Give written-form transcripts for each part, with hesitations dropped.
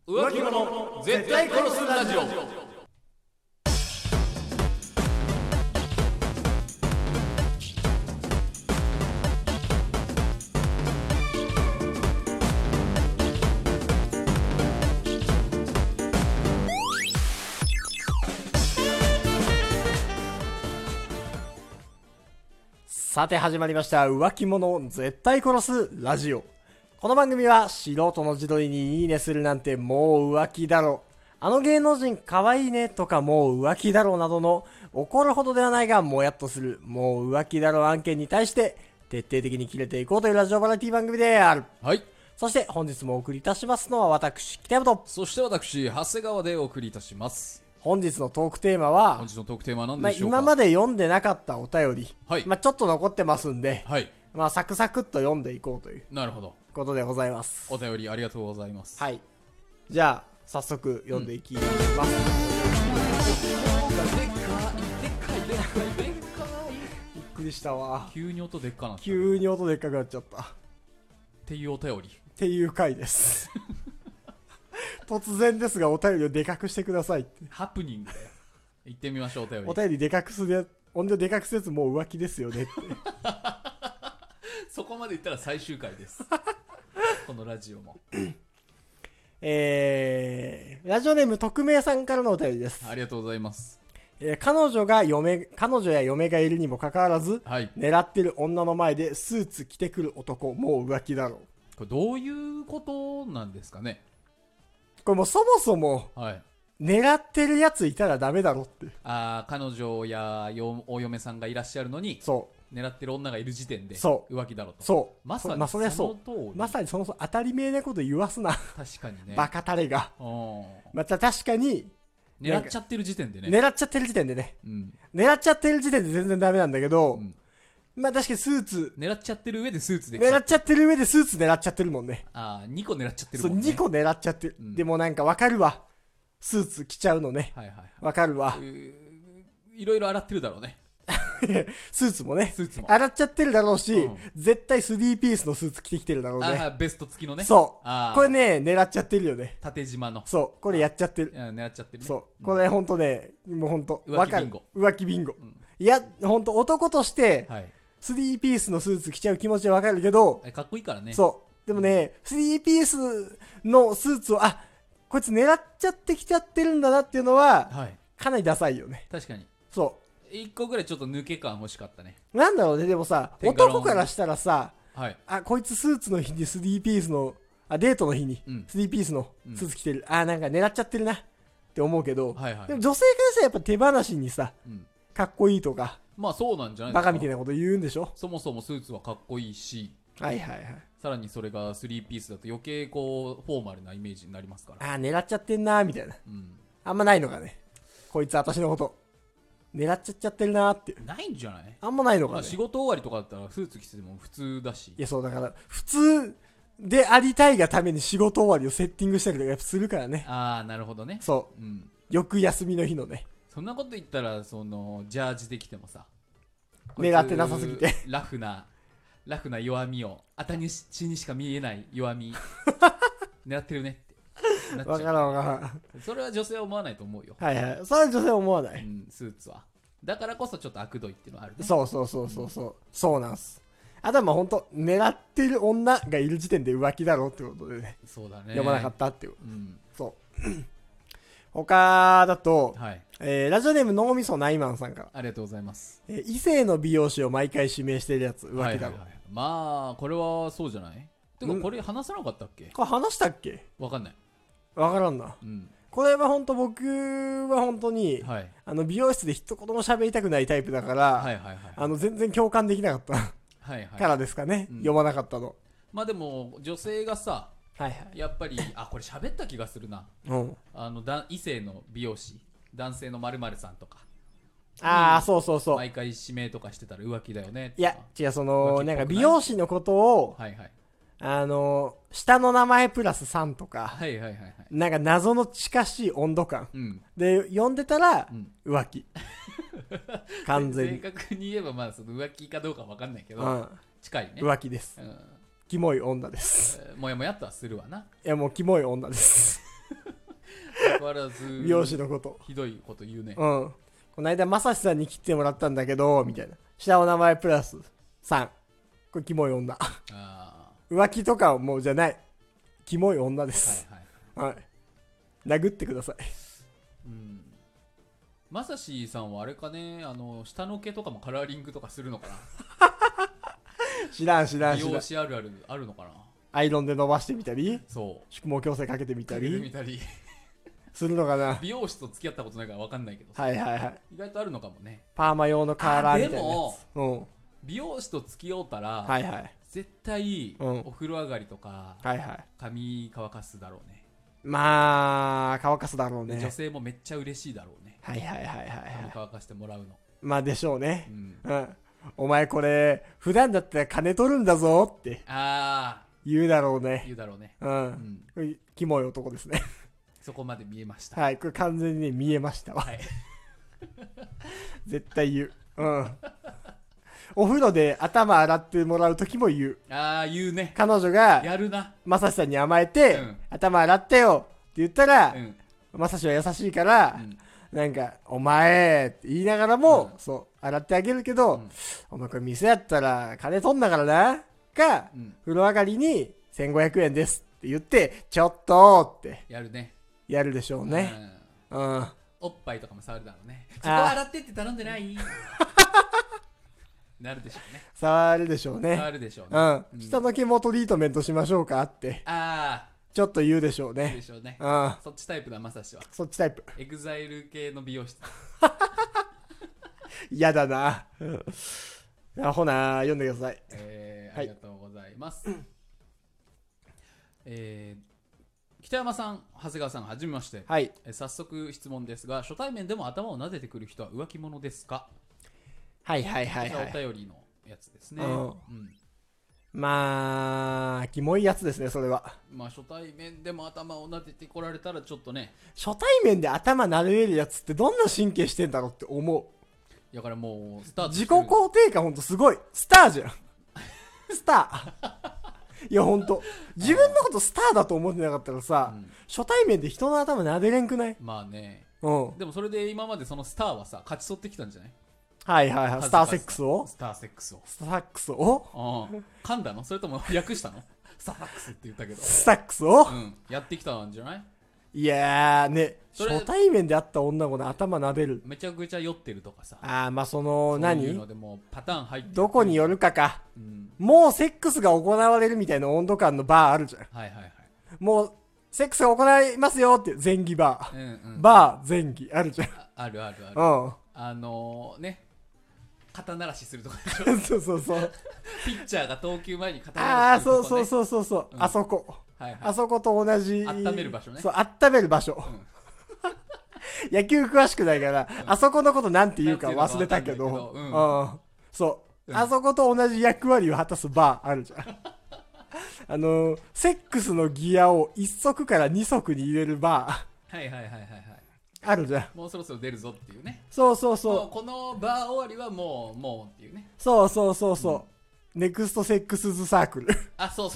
浮気者絶対殺すラジオ。 さて始まりました浮気者絶対殺すラジオ。この番組は素人の自撮りにいいねするなんてもう浮気だろ、あの芸能人可愛いねとかもう浮気だろなどの怒るほどではないがもやっとするもう浮気だろ案件に対して徹底的に切れていこうというラジオバラエティ番組である。 はい。 そして本日もお送りいたしますのは私北山と、 そして私長谷川でお送りいたします。 本日のトークテーマは、 本日のトークテーマは何でしょうか。 今まで読んでなかったお便り、 はい。 ちょっと残ってますんで、 はい。 サクサクっと読んでいこうというなるほど。 ことでございます。 お便りありがとうございます。 はい。じゃあ早速読んでいきます。びっくりしたわ。 急に音でっかなった。 急に音でっかくなっちゃったっていうお便りっていう回です突然ですがお便りをでかくしてくださいって。 ハプニングだよ。行ってみましょう。お便り。 お便りでかくする音量でかくするやつもう浮気ですよねってそこまで言ったら最終回ですこのラジオもラジオネーム匿名さんからのお便りです。 ありがとうございます。 彼女や嫁がいるにもかかわらず、 はい。 狙ってる女の前でスーツ着てくる男もう浮気だろう。 これどういうことなんですかね。 これもうそもそもはい。 狙ってるやついたらダメだろって。 彼女やお嫁さんがいらっしゃるのに狙ってる女がいる時点で浮気だろと。 そうまさにそりゃそう。まさにその当たり前なこと言わすな確かにね。 バカタレが。また確かに狙っちゃってる時点でね。 狙っちゃってる時点でね、 うん、 狙っちゃってる時点で全然ダメなんだけど、うん、確かにスーツ狙っちゃってる上でスーツで狙っちゃってる上でスーツ狙っちゃってるもんね。 2個狙っちゃってるもんね。 そう2個狙っちゃってる、うん、でもなんかわかるわ、スーツ着ちゃうのね。はいはいはい、わかるわ。 いろいろ洗ってるだろうねスーツもね、洗っちゃってるだろうし、うん、絶対3ピースのスーツ着てきてるだろうね。 ベスト付きのね。 そうこれね狙っちゃってるよね。 縦縞の。 そうこれやっちゃってる。 狙っちゃってるね。 そうこれほんとね、もうほんと浮気ビンゴ。 浮気ビンゴ、うん、いやほんと男として3ピースのスーツ着ちゃう気持ちはわかるけど、 かっこいいからね。 そうでもね、3ピースのスーツをこいつ狙っちゃってきちゃってるんだなっていうのは、はい、かなりダサいよね。 確かに。 そう 1個ぐらいちょっと抜け感欲しかったね。 なんだろうね。でもさ、男からしたらさ、はい、こいつスーツの日に3ピースのデートの日に3ピースのスーツ着てる、なんか狙っちゃってるなって思うけど、はいはい、でも女性からしたらやっぱ手放しにさ、かっこいいとか、 まあそうなんじゃないですか。 バカみたいなこと言うんでしょ。 そもそもスーツはかっこいいし、 はいはいはい、 さらにそれが3ピースだと余計こうフォーマルなイメージになりますから。 狙っちゃってんなみたいな、あんまないのかね。こいつ私のこと狙っちゃってるなーって。 ないんじゃない。 あんまないのかね。 仕事終わりとかだったらスーツ着てても普通だし。 いやそうだから普通でありたいがために仕事終わりをセッティングしたりとかやっぱするからね。 なるほどね。 そう、翌休みの日のね。 そんなこと言ったらジャージできてもさ、 狙ってなさすぎてラフな弱みを、あたにしにしか見えない弱み狙ってるねってなっちゃう。わからんわからん。それは女性は思わないと思うよ。 はいはい、それは女性は思わない、 スーツは。だからこそちょっと悪どいっていうのはあるね。 そうなんす。あとはまあ本当狙ってる女がいる時点で浮気だろうってことでね。 そうだね。 読まなかったっていう。そう他だと、はい、ラジオネーム脳みそナイマンさんから。 ありがとうございます。 異性の美容師を毎回指名してるやつ浮気だろう、はいはいはい、 まあこれはそうじゃない。てかこれ話さなかったっけ。 これ話したっけ。 わかんない。 わからんな、これは本当僕は本当に、はい、美容室で一言も喋りたくないタイプだから、はいはいはい、全然共感できなかったはい、はい、からですかね、読まなかったの。まあでも女性がさ、はいはい、やっぱりこれ喋った気がするな、異性の美容師、男性の〇〇さんとか、 そう毎回指名とかしてたら浮気だよね。 いや違う、なんか美容師のことを、はいはい、下の名前プラス3とか、はいはいはいはい、なんか謎の近しい温度感、で呼んでたら、浮気完全に。 正確に言えばまあその浮気かどうかわかんないけど、近いね。 浮気です、キモい女です。 もやもやっとはするわな。 いやもうキモい女です相変わらず美容師のこと。 ひどいこと言うね。 うん。この間、まさしさんに切ってもらったんだけど、みたいな。下お名前プラス3。これ、キモい女。浮気とかはもうじゃない。キモい女です。はい。殴ってください。 まさしさんはあれかね、下の毛とかもカラーリングとかするのかな。 知らん。 美容師あるのかな。 アイロンで伸ばしてみたり、 そう。 宿毛矯正かけてみたりするのかな。 美容師と付き合ったことないから分かんないけど、 はい。 意外とあるのかもね。 パーマ用のカラーみたいなやつ。 でも、美容師と付き合うたら、絶対、お風呂上がりとか、髪乾かすだろうね。 まあ乾かすだろうね。 女性もめっちゃ嬉しいだろうね。 髪乾かしてもらうの。 まあでしょうね。お前これ普段だったら金取るんだぞって言うだろうね。キモい男ですね。 そこまで見えました。 はい、これ完全にね見えましたわ。絶対言う。お風呂で頭洗ってもらう時も言う。 言うね。 彼女がやるな。 まさしさんに甘えて、頭洗ってよって言ったら、まさしは優しいから、なんかお前って言いながらも、そう洗ってあげるけど、お前これ店やったら金取んだからなが、風呂上がりに1500円ですって言ってちょっとってやるね。 やるでしょうね。 おっぱいとかも触るだろうね。そこ洗ってって頼んでないなるでしょうね。 触るでしょうね。下の毛もトリートメントしましょうかってちょっと言うでしょうね。 そっちタイプだ、まさしは。 そっちタイプ。 エグザイル系の美容室。 嫌だな。ほな読んでください。 ありがとうございます。北山さん、長谷川さん、はじめまして。早速質問ですが、初対面でも頭を撫でてくる人は浮気者ですか？お便りのやつですね。 まあキモいやつですね、それは。 まあ初対面でも頭を撫でてこられたらちょっとね。 初対面で頭撫でれるやつってどんな神経してんだろうって思う。 だからもうスタート自己肯定感ほんとすごいスターじゃん。スター。いやほんと自分のことスターだと思ってなかったらさ、初対面で人の頭撫でれんくない？ まあね。でもそれで今までそのスターはさ勝ち取ってきたんじゃない？スターセックスを噛んだの？それとも訳したの？スターセックスって言ったけどスタックスをやってきたんじゃない？ いやーね、初対面で会った女子の頭撫でるめちゃくちゃ酔ってるとかさ、 まあその何そういうのでもパターン入ってどこによるかか、もうセックスが行われるみたいな温度感のバーあるじゃん。もうセックスが行いますよって前儀バー、バー前儀あるじゃん。 あるね、肩慣らしするとかでしょ。そうピッチャーが投球前に肩慣らしするとか、ね、 そうあそこ、あそこと同じ温める場所ね。 そう温める場所、野球詳しくないから、あそこのことなんて言うか忘れたけど、そう、あそこと同じ役割を果たすバーあるじゃん。セックスのギアを1足から2足に入れるバーあるじゃん。 もうそろそろ出るぞっていうね。 そうこのバー終わりはもうっていうね。 そうネクストセックスズサークル。 そう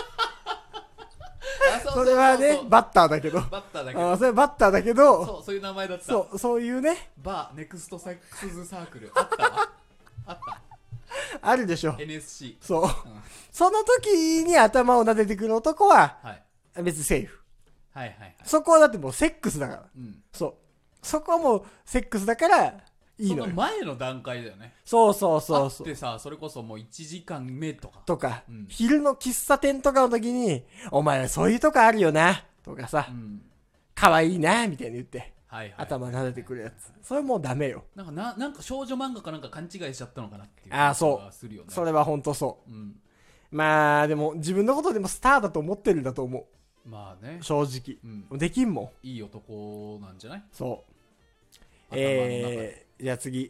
それはねバッターだけど、それバッターだけど、 そういう名前だった。 そういうねバーネクストセックスズサークルあったわ。 あるでしょ NSC。 その時に頭を撫でてくる男は別にセーフ。そこはだってもうセックスだから、そこはもうセックスだからいいのよ。 その前の段階だよね。 そうでさ、それこそもう1時間目とか昼の喫茶店とかの時にお前そういうとこあるよなとかさ、可愛いなみたいに言って頭撫でてくるやつ、それもうダメよ。 なんか少女漫画かなんか勘違いしちゃったのかなっていう。 そうそれは本当そう、まあでも自分のことでもスターだと思ってるんだと思う。 まあね、 正直、できんもん。いい男なんじゃない？ そう。じゃあ次、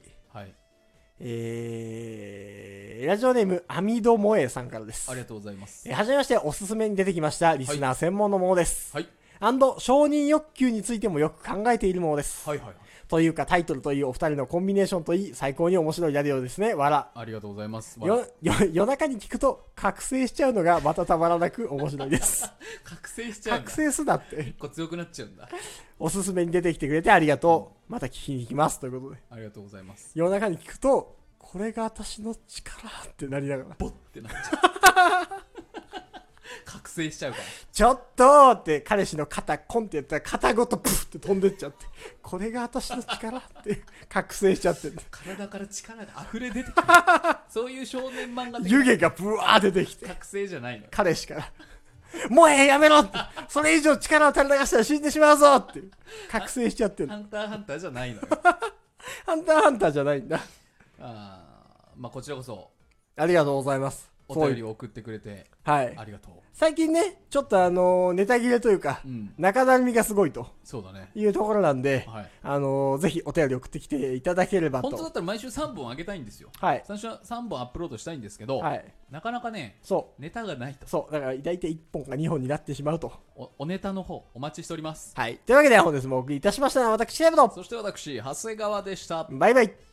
ラジオネームアミドモエさんからです。 ありがとうございます。 はじめまして、おすすめに出てきましたリスナー専門のものです。承認欲求についてもよく考えているものです。 というかタイトルといい、お二人のコンビネーションといい、最高に面白いラジオですね。わら。 ありがとうございます。 夜中に聞くと覚醒しちゃうのがまたたまらなく面白いです。 覚醒しちゃうんだ。 覚醒すなって。 結構強くなっちゃうんだ。 おすすめに出てきてくれてありがとう。また聞きに行きます。ということで。 ありがとうございます。 夜中に聞くと、これが私の力ってなりながら。 ボッってなっちゃう。覚醒しちゃうから。 ちょっとって彼氏の肩コンってやったら肩ごとプッって飛んでっちゃって、これが私の力って覚醒しちゃってる。 体から力が溢れ出てくる。そういう少年漫画的な湯気がブワー出てきて、 覚醒じゃないの。 彼氏からもうやめろって、それ以上力を垂れ流したら死んでしまうぞって覚醒しちゃってる。 ハンターハンターじゃないのよ。 ハンターハンターじゃないんだ。 まあこちらこそありがとうございます。 お便りを送ってくれて、 はい、 ありがとう。 最近ね、ちょっとネタ切れというか、中だるみがすごいと、 そうだね、 いうところなんで、 はい、 ぜひお便り送ってきていただければと。 本当だったら毎週3本あげたいんですよ。 はい。 最初は3本アップロードしたいんですけど、はい、なかなかね、 そうネタがないと。 そう、だから大体1本か2本になってしまうと。 おネタの方、お待ちしております。 はい。というわけで本日もお送りいたしましたのは私、シェーブと、 そして私、長谷川でした。 バイバイ。